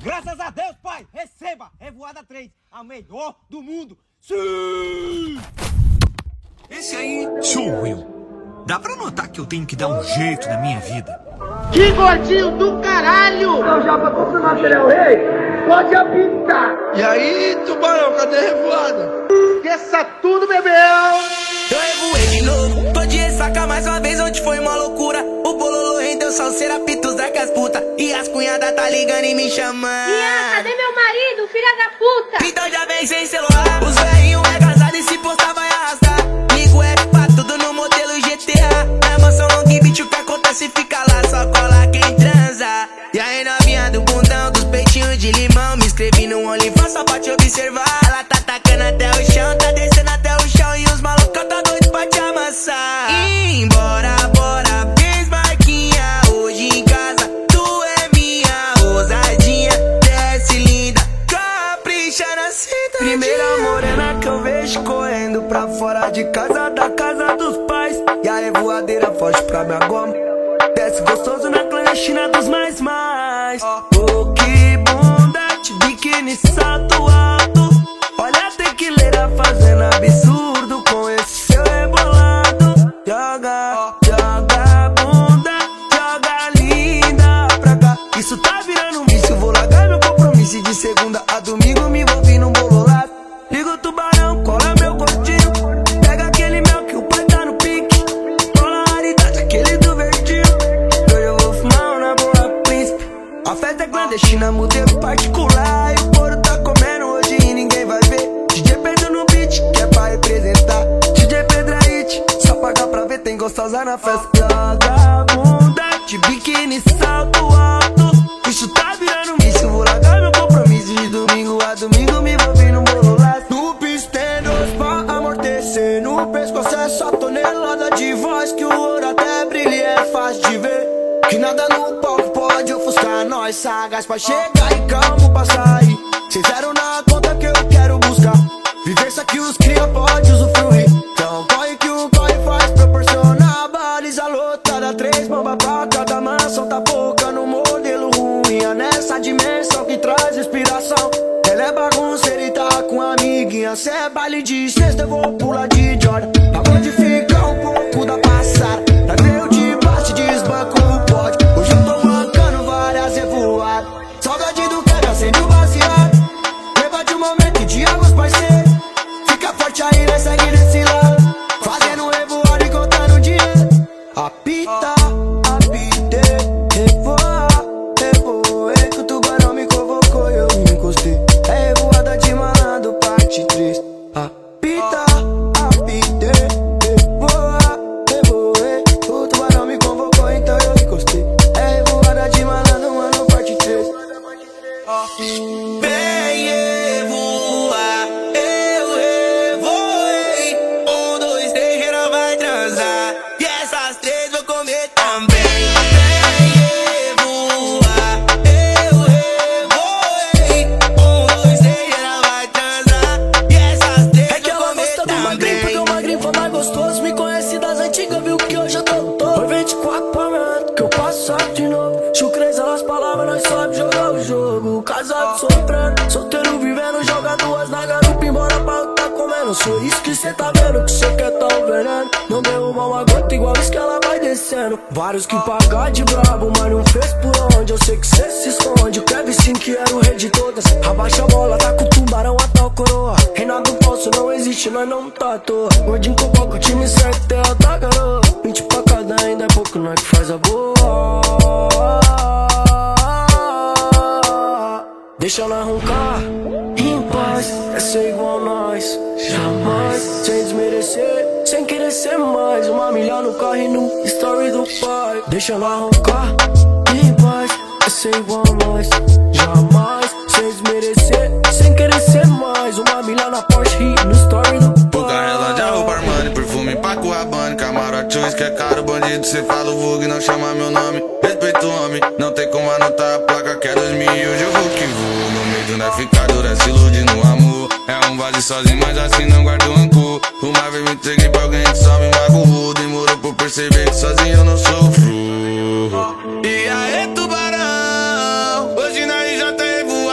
Graças a Deus, pai! Receba! Revoada 3, a melhor do mundo! Sim! Esse aí sou eu. Dá pra notar que eu tenho que dar um jeito na minha vida. Que gordinho do caralho! Não, já pra confirmar que ele é o rei, pode apitar. E aí, tubarão, cadê a revoada? Esqueça tudo, bebê! Eu revoei de novo, tô de ressaca mais uma vez, onde foi uma loucura. O bololo rendeu salseira, pitos da casputa. E as cunhadas tá ligando e me chamando. Ian, cadê meu marido, filha da puta? Então já vem sem celular. Os velhinhos é casado e se postar vai arrastar. Ligo é pra tudo no modelo GTA. Na mansão Long Beach o que acontece fica lá, só cola quem transa. E aí novinha do bundão, dos peitinhos de limão. Me inscrevi no OnlyFans só pra te observar. Ela tá tacando até o chão, tá descendo até o chão. E os malucos tá doido pra te amassar. E embora, bora, fez marquinha. Hoje em casa, tu é minha ousadinha. Desce linda, capricha na cidade. Primeira morena que eu vejo correndo pra fora de casa, da casa dos pais. E a revoadeira foge pra minha goma. Desce gostoso na clandestina dos mais. Oh, que bunda de biquíni, salto alto. Olha a tequileira fazendo absurdo com esse seu rebolado. Joga, joga bunda, joga linda pra cá. Isso tá virando um vício, vou largar meu compromisso. E de segunda a domingo me envolvi num bololado. Liga o tubarão, cola meu gordinho. Pega aquele mel que o pai tá no pique. Cola a raridade, aquele do verdinho. Hoje eu vou fumar na boa, príncipe. A festa é clandestina, modelo particular. E o couro tá comendo hoje e ninguém vai ver. DJ Pedro no beat, que é pra representar. DJ Pedro é hit, só pagar pra ver, tem gostosa na festa. Joga bunda de biquíni, salto alto. Isso tá virando um vício, vou largar meu compromisso. De domingo a domingo me envolvi num bololado. No pistendo pra amortecer, no pescoço é só tonelada de voz. Que o ouro até brilha, é fácil de ver. Que nada no palco pode ofuscar nós. Sagaz pra chegar e calmo pra sair. Cês eram na conta que eu quero buscar. Vivência que os cria pode usufruir. Então corre que o corre faz proporcionar. Baliza lotada, 3 bombas pra cada mansão. Tá pouca no modelo ruim. É nessa dimensão que traz inspiração. Ela é bagunceira e tá com a amiguinha. Cê é baile de sexta, eu vou pular de Jordan. Aonde fica um pouco da passada. Pra ver o de baixo desbanco o pódio. Hoje eu tô mancando várias revoadas. Saudade do que acende o baseado. Leva de um momento e de águas parceiros. Fica forte aí, nós segue desse lado. Fazendo revoada e contando dinheiro. Apita, apite, revoa, revoei. Que o tubarão me convocou e eu me encostei. É revoada de malandro, parte 3. Apita, apite, revoa, revoei. O tubarão me convocou, então eu encostei. É revoada de malandro, mano, parte 3. Vem revoar, eu revoei. 1, 2, 3, geral vai transar. E essas 3 vou comer também. Vem revoar, eu revoei. 1, 2, 3, geral vai transar. E essas 3 É que vou ela comer gosta do magrinho, porque o também. magrinho foi mais gostoso. Me conhece das antigas, viu que hoje eu tô todo. Foi 24 pra mim, que eu passo só de novo. Chucreza elas palavras, nós sobe jogar o jogo. Casado sofrendo, solteiro vivendo. Joga 2 na garupa, embora pra o que tá comendo. Sou isso que cê tá vendo, que cê quer tá o veneno. Não derruba uma gota igual isso que ela vai descendo. Vários que pagar de brabo, mas não fez por onde. Eu sei que cê se esconde, o Kevin sim que era o rei de todas. Abaixa a bola, tá com o tubarão até o coroa. Reinado falso não existe, nós não tá à toa. Gordinho com pouco, o time certo, terra tá garoa. 20 pra cada, ainda é pouco, nós que faz a boa. Deixa ela roncar em paz, é ser igual a nós. Jamais, sem desmerecer, sem querer ser mais. Uma milha no carro e no story do pai. Deixa ela roncar em paz, é ser igual a nós. Jamais, sem desmerecer, sem querer ser mais. Uma milha na Porsche e no story do pai. Puta relógio, roupa Armani, perfume Paco Rabanne. Camarote, que é caro, bandido, cê fala o vulgo e não chama meu nome. Respeito o homem, não tem como anotar a placa que é 2000. Hoje eu vou que vou, no meio do ficar se ilude no amor. É um vale sozinho, mas assim não guardo rancor. Uma vez me entreguei pra alguém que só me magoou. Demorou pra eu perceber que sozinho eu não sofro. E aí, tubarão, hoje nós já tá revoando.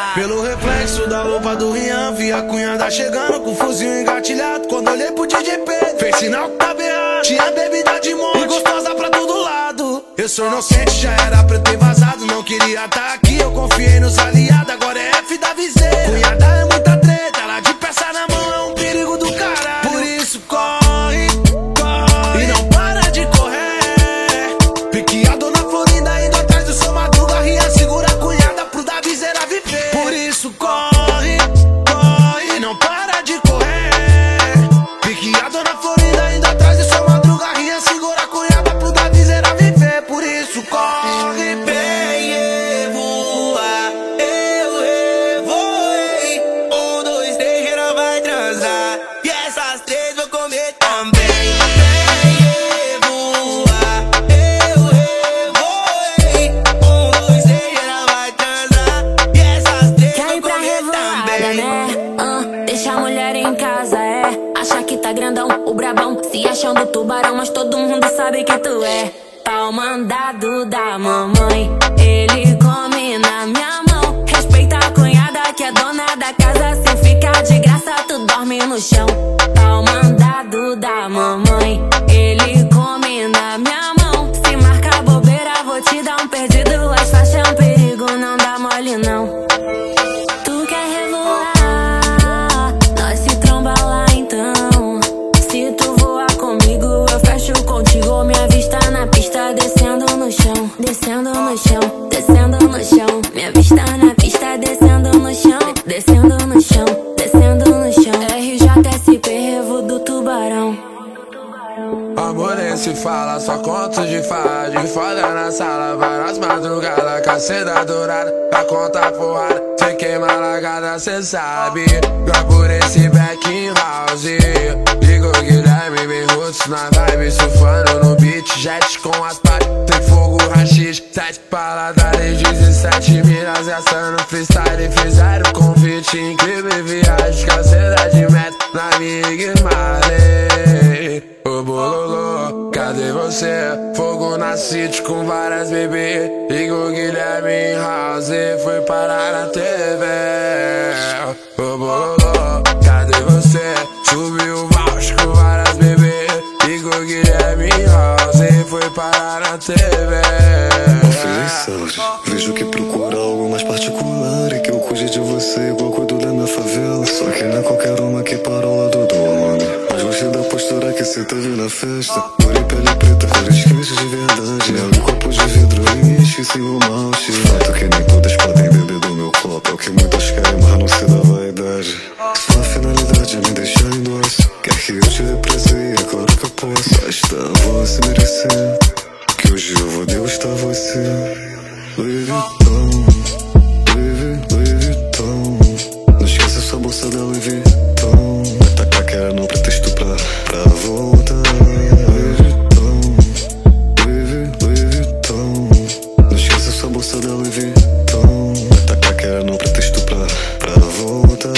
Pelo reflexo da roupa do Rian, vi a cunhada chegando com o fuzil engatilhado. Quando olhei pro DJ Pedro, fez sinal que tava errado. Tinha bebida de monte e gostosa pra todo lado. Eu sou inocente, já era pra eu ter vazado. Não queria tá aqui, eu confiei nos aliados. Agora é F da viseira. Cunhada é muita treta, ela de peça na mão é um perigo do caralho. Por isso corre, corre e não para de correr. Piqueado na Florinda, indo atrás do seu Madruga. Rian segura a cunhada pro da viseira viver. Por isso corre, corre e não para de correr. Piqueado na Florinda, indo atrás do seu Madruga. Rian segura a cunhada pro da viseira viver. Por isso corre, Vem voar, eu revoei. 1, 2, 3, geral vai transar. E essas 3 vou comer também. Vem voar, eu revoei. 1, 2, 3, geral vai transar. E essas 3 Quer vou ir pra comer revoada, também. né? Deixa a mulher em casa, acha que tá grandão, o brabão, se achando tubarão, mas todo mundo sabe que tu é pau mandado da mamãe. Ele come na minha mão. Respeita a cunhada que é dona da casa. Se ficar de graça, tu dorme no chão. Pau mandado da mamãe. Ele come na minha mão. Se marcar bobeira, vou te dar um perdido. As faixas é um perigo, não dá mole não. Tu quer revoar, nós se tromba lá então. Se tu voar comigo, eu fecho contigo. Minha vista na pista, descendo no chão. Descendo no chão, descendo no chão. Minha vista na pista, descendo no chão. Descendo no chão, descendo no chão. RJSP, Revo do Tubarão. amor nem se fala, só contos de fada. De foda na sala, várias madrugadas. Caceta dourada, pra contar porrada. Cê queima largada, cê sabe. Vai por esse back in house. Ligo Guilherme, bem roots na vibe. Surfando no beat, jet com as partes. Tem fogo, rachis, 7 paladares. 17 milhas gastando freestyle. Fizeram convite, incrível viagem. Caceta de meta na minha Guimarães. Ô bololô, cadê você? Fogo na city com várias bebês. Ligo Guilherme em house, foi parar na TV. Ô bololô, cadê você? Subiu o voucher com várias bebês. Ligo Guilherme em house, foi parar na TV. Ofereço, vejo que procura algo mais particular. E que eu cuide de você igual cuido da minha favela. Só que não é qualquer uma que para ao lado do homem. Mas gostei da postura que cê teve na festa. Olhei pele preta, cores quentes de verdade. Abre copo de vidro e enche sem o malte. Fato que nem todas podem beber do meu copo. É o que muitas querem, mas não se dá vaidade. Sua finalidade é me deixar em dose. Quer que eu te dê prazer, é claro que eu posso. Basta você merecer, que hoje eu vou degustar você. Louis Vuitton, Louis Vuitton. Não esqueça sua bolsa da Louis Vuitton. Vai tacar que era no pretexto pra voltar. Louis Vuitton, Louis Vuitton. Não esqueça sua bolsa da Louis Vuitton. Vai tacar que era no pretexto pra voltar.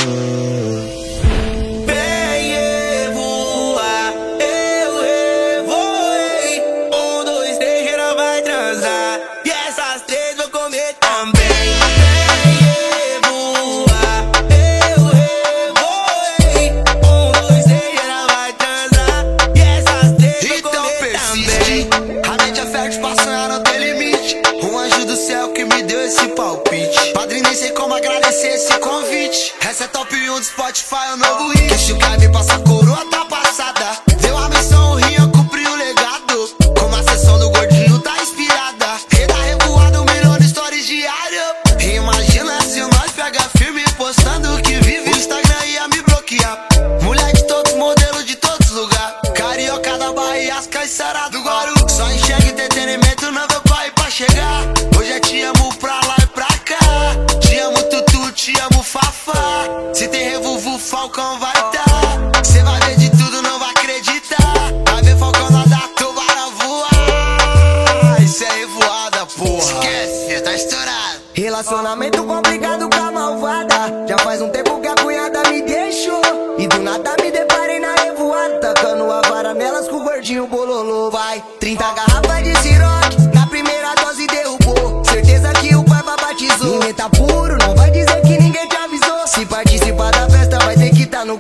Vem voar, eu revoei. 1, 2, 3, geral vai transar. E essas 3 vou comer também. Vem voar, eu revoei. 1, 2, 3, geral vai transar. E essas 3 vou comer também. A mente é fértil, passando, não tem limite. Um anjo do céu que me deu esse palpite. Padrinho, nem sei como agradecer esse convite. Essa é top 1 do Spotify, é o novo hit. Deixa o Kleber passar a coroa, tá passada. Deu a missão, o Rian cumpriu o legado. Como a sessão do gordinho tá inspirada. Rei da revoada, 1 milhão de stories diário. Imagina se nós pega firme, postando o que vive. O Instagram ia me bloquear. Mulher de todos, modelo de todos lugares. Carioca da Bahia, as caiçaras do Guaru. Só enxerga entretenimento, não vê pai pra chegar. Hoje é te amo pra lá e pra cá. Te amo Tutu, te amo Fafá. Se tem revuvu, Falcão vai tá. Cê vai ver de tudo, não vai acreditar. Vai ver Falcão nadar, tubarão voar. Isso é revoada, porra. Esquece, tá estourado. Relacionamento complicado com a malvada. Já faz um tempo que a cunhada me deixou. E do nada me deparei na revoada. Tacando a vara nelas com o gordinho bololô. Vai, 30 garrafas de Ciroc. Na primeira dose derrubou. Certeza que o pai batizou. Ninguém tá puro, não vai dizer que ninguém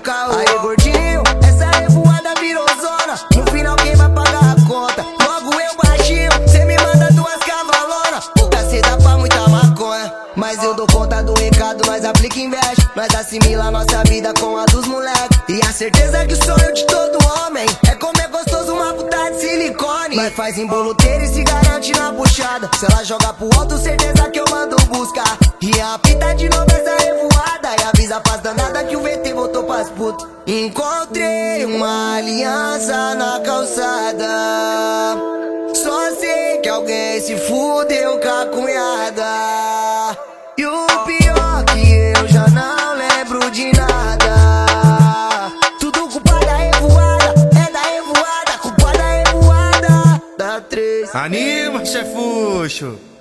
carro. Aí, gordinho, essa revoada virou zona. No final quem vai pagar a conta? Logo eu baixinho, cê me manda 2 cavalonas. Pouca cê dá pra muita maconha, mas eu dou conta do recado, nós aplica e investe. Nós assimila nossa vida com a dos moleques. E a certeza que o sonho de todo homem é comer gostoso uma puta de silicone. Nós faz emboloteiro e se garante na puxada. Se ela joga pro alto, certeza que eu mando buscar. E apita de novo essa revoada e avisa pras danada que o VT voltou pras putas. Encontrei uma aliança na calçada, só sei que alguém se fudeu com a cunhada. E o pior que eu já não lembro de nada. Tudo culpa da revoada, é da revoada, culpa da revoada da 3. Anima, chefuxo!